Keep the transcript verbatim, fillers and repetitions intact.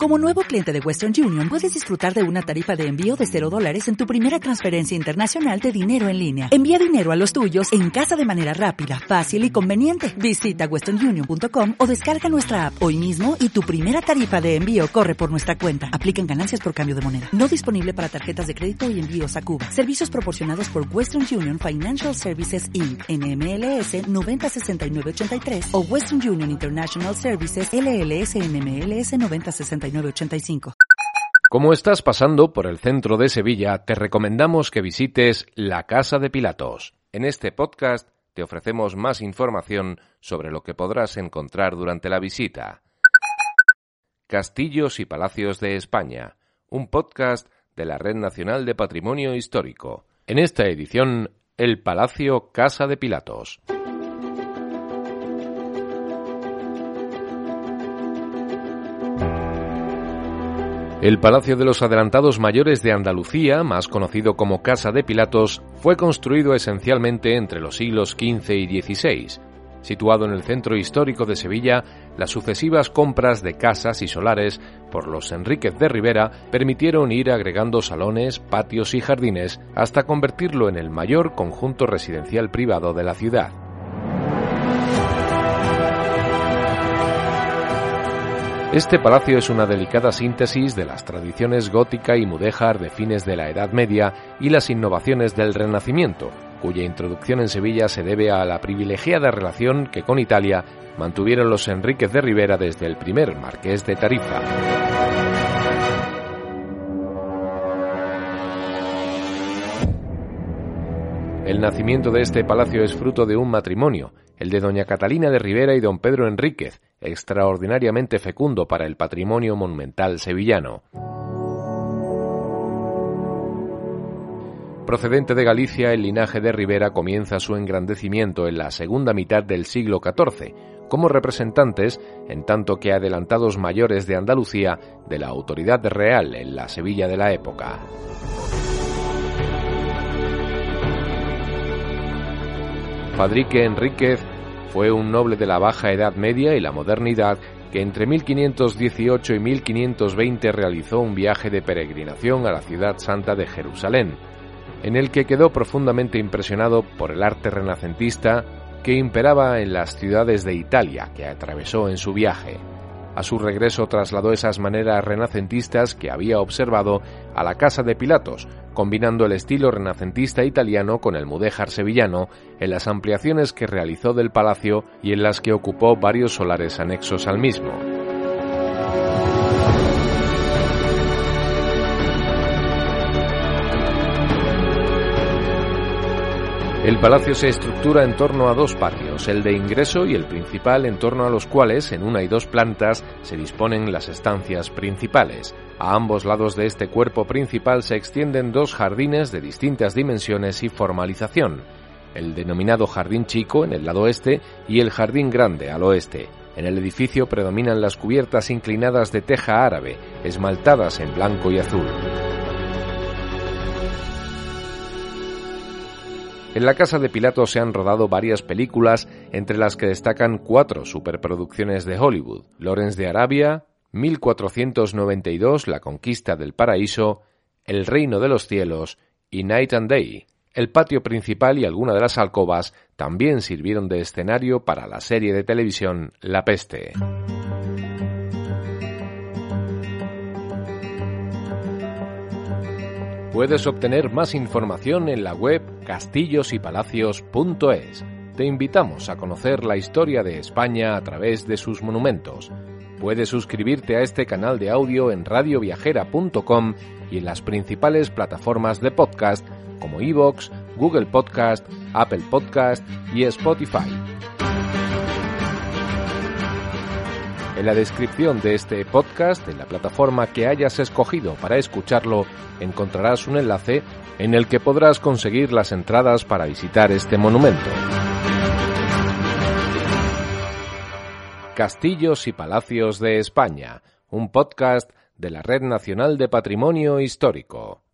Como nuevo cliente de Western Union, puedes disfrutar de una tarifa de envío de cero dólares en tu primera transferencia internacional de dinero en línea. Envía dinero a los tuyos en casa de manera rápida, fácil y conveniente. Visita western union punto com o descarga nuestra app hoy mismo y tu primera tarifa de envío corre por nuestra cuenta. Aplican ganancias por cambio de moneda. No disponible para tarjetas de crédito y envíos a Cuba. Servicios proporcionados por Western Union Financial Services incorporated. N M L S noventa sesenta y nueve ochenta y tres o Western Union International Services L L S N M L S noventa sesenta y nueve ochenta y cinco. Como estás pasando por el centro de Sevilla, te recomendamos que visites la Casa de Pilatos. En este podcast te ofrecemos más información sobre lo que podrás encontrar durante la visita. Castillos y Palacios de España, un podcast de la Red Nacional de Patrimonio Histórico. En esta edición, el Palacio Casa de Pilatos. El Palacio de los Adelantados Mayores de Andalucía, más conocido como Casa de Pilatos, fue construido esencialmente entre los siglos quince y dieciséis. Situado en el centro histórico de Sevilla, las sucesivas compras de casas y solares por los Enríquez de Rivera permitieron ir agregando salones, patios y jardines hasta convertirlo en el mayor conjunto residencial privado de la ciudad. Este palacio es una delicada síntesis de las tradiciones gótica y mudéjar de fines de la Edad Media y las innovaciones del Renacimiento, cuya introducción en Sevilla se debe a la privilegiada relación que con Italia mantuvieron los Enríquez de Rivera desde el primer marqués de Tarifa. El nacimiento de este palacio es fruto de un matrimonio, el de doña Catalina de Rivera y don Pedro Enríquez, extraordinariamente fecundo para el patrimonio monumental sevillano. Procedente de Galicia, el linaje de Rivera comienza su engrandecimiento en la segunda mitad del siglo catorce, como representantes, en tanto que adelantados mayores de Andalucía, de la autoridad real en la Sevilla de la época. Fadrique Enríquez fue un noble de la Baja Edad Media y la modernidad que entre mil quinientos dieciocho y mil quinientos veinte realizó un viaje de peregrinación a la ciudad santa de Jerusalén, en el que quedó profundamente impresionado por el arte renacentista que imperaba en las ciudades de Italia que atravesó en su viaje. A su regreso trasladó esas maneras renacentistas que había observado a la Casa de Pilatos, combinando el estilo renacentista italiano con el mudéjar sevillano en las ampliaciones que realizó del palacio y en las que ocupó varios solares anexos al mismo. El palacio se estructura en torno a dos patios, el de ingreso y el principal, en torno a los cuales, en una y dos plantas, se disponen las estancias principales. A ambos lados de este cuerpo principal se extienden dos jardines de distintas dimensiones y formalización, el denominado Jardín Chico en el lado este y el Jardín Grande al oeste. En el edificio predominan las cubiertas inclinadas de teja árabe, esmaltadas en blanco y azul. En la Casa de Pilatos se han rodado varias películas, entre las que destacan cuatro superproducciones de Hollywood: Lawrence de Arabia, mil cuatrocientos noventa y dos, La conquista del paraíso, El reino de los cielos y Night and Day. El patio principal y alguna de las alcobas también sirvieron de escenario para la serie de televisión La peste. Puedes obtener más información en la web castillos y palacios punto es. Te invitamos a conocer la historia de España a través de sus monumentos. Puedes suscribirte a este canal de audio en radio viajera punto com y en las principales plataformas de podcast como iVoox, Google Podcast, Apple Podcast y Spotify. En la descripción de este podcast, en la plataforma que hayas escogido para escucharlo, encontrarás un enlace en el que podrás conseguir las entradas para visitar este monumento. Castillos y Palacios de España, un podcast de la Red Nacional de Patrimonio Histórico.